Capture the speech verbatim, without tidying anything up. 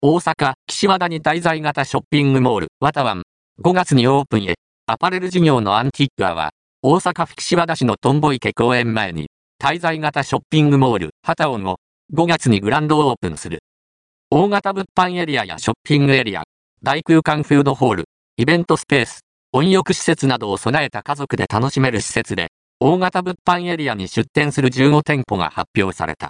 大阪、岸和田に滞在型ショッピングモール、ワタワン。ごがつにオープンへ。アパレル事業のアンティックアは、大阪府岸和田市のトンボ池公園前に、滞在型ショッピングモール、ハタオンを、ごがつにグランドオープンする。大型物販エリアやショッピングエリア、大空間フードホール、イベントスペース、温浴施設などを備えた家族で楽しめる施設で、大型物販エリアに出店するじゅうごてんぽが発表された。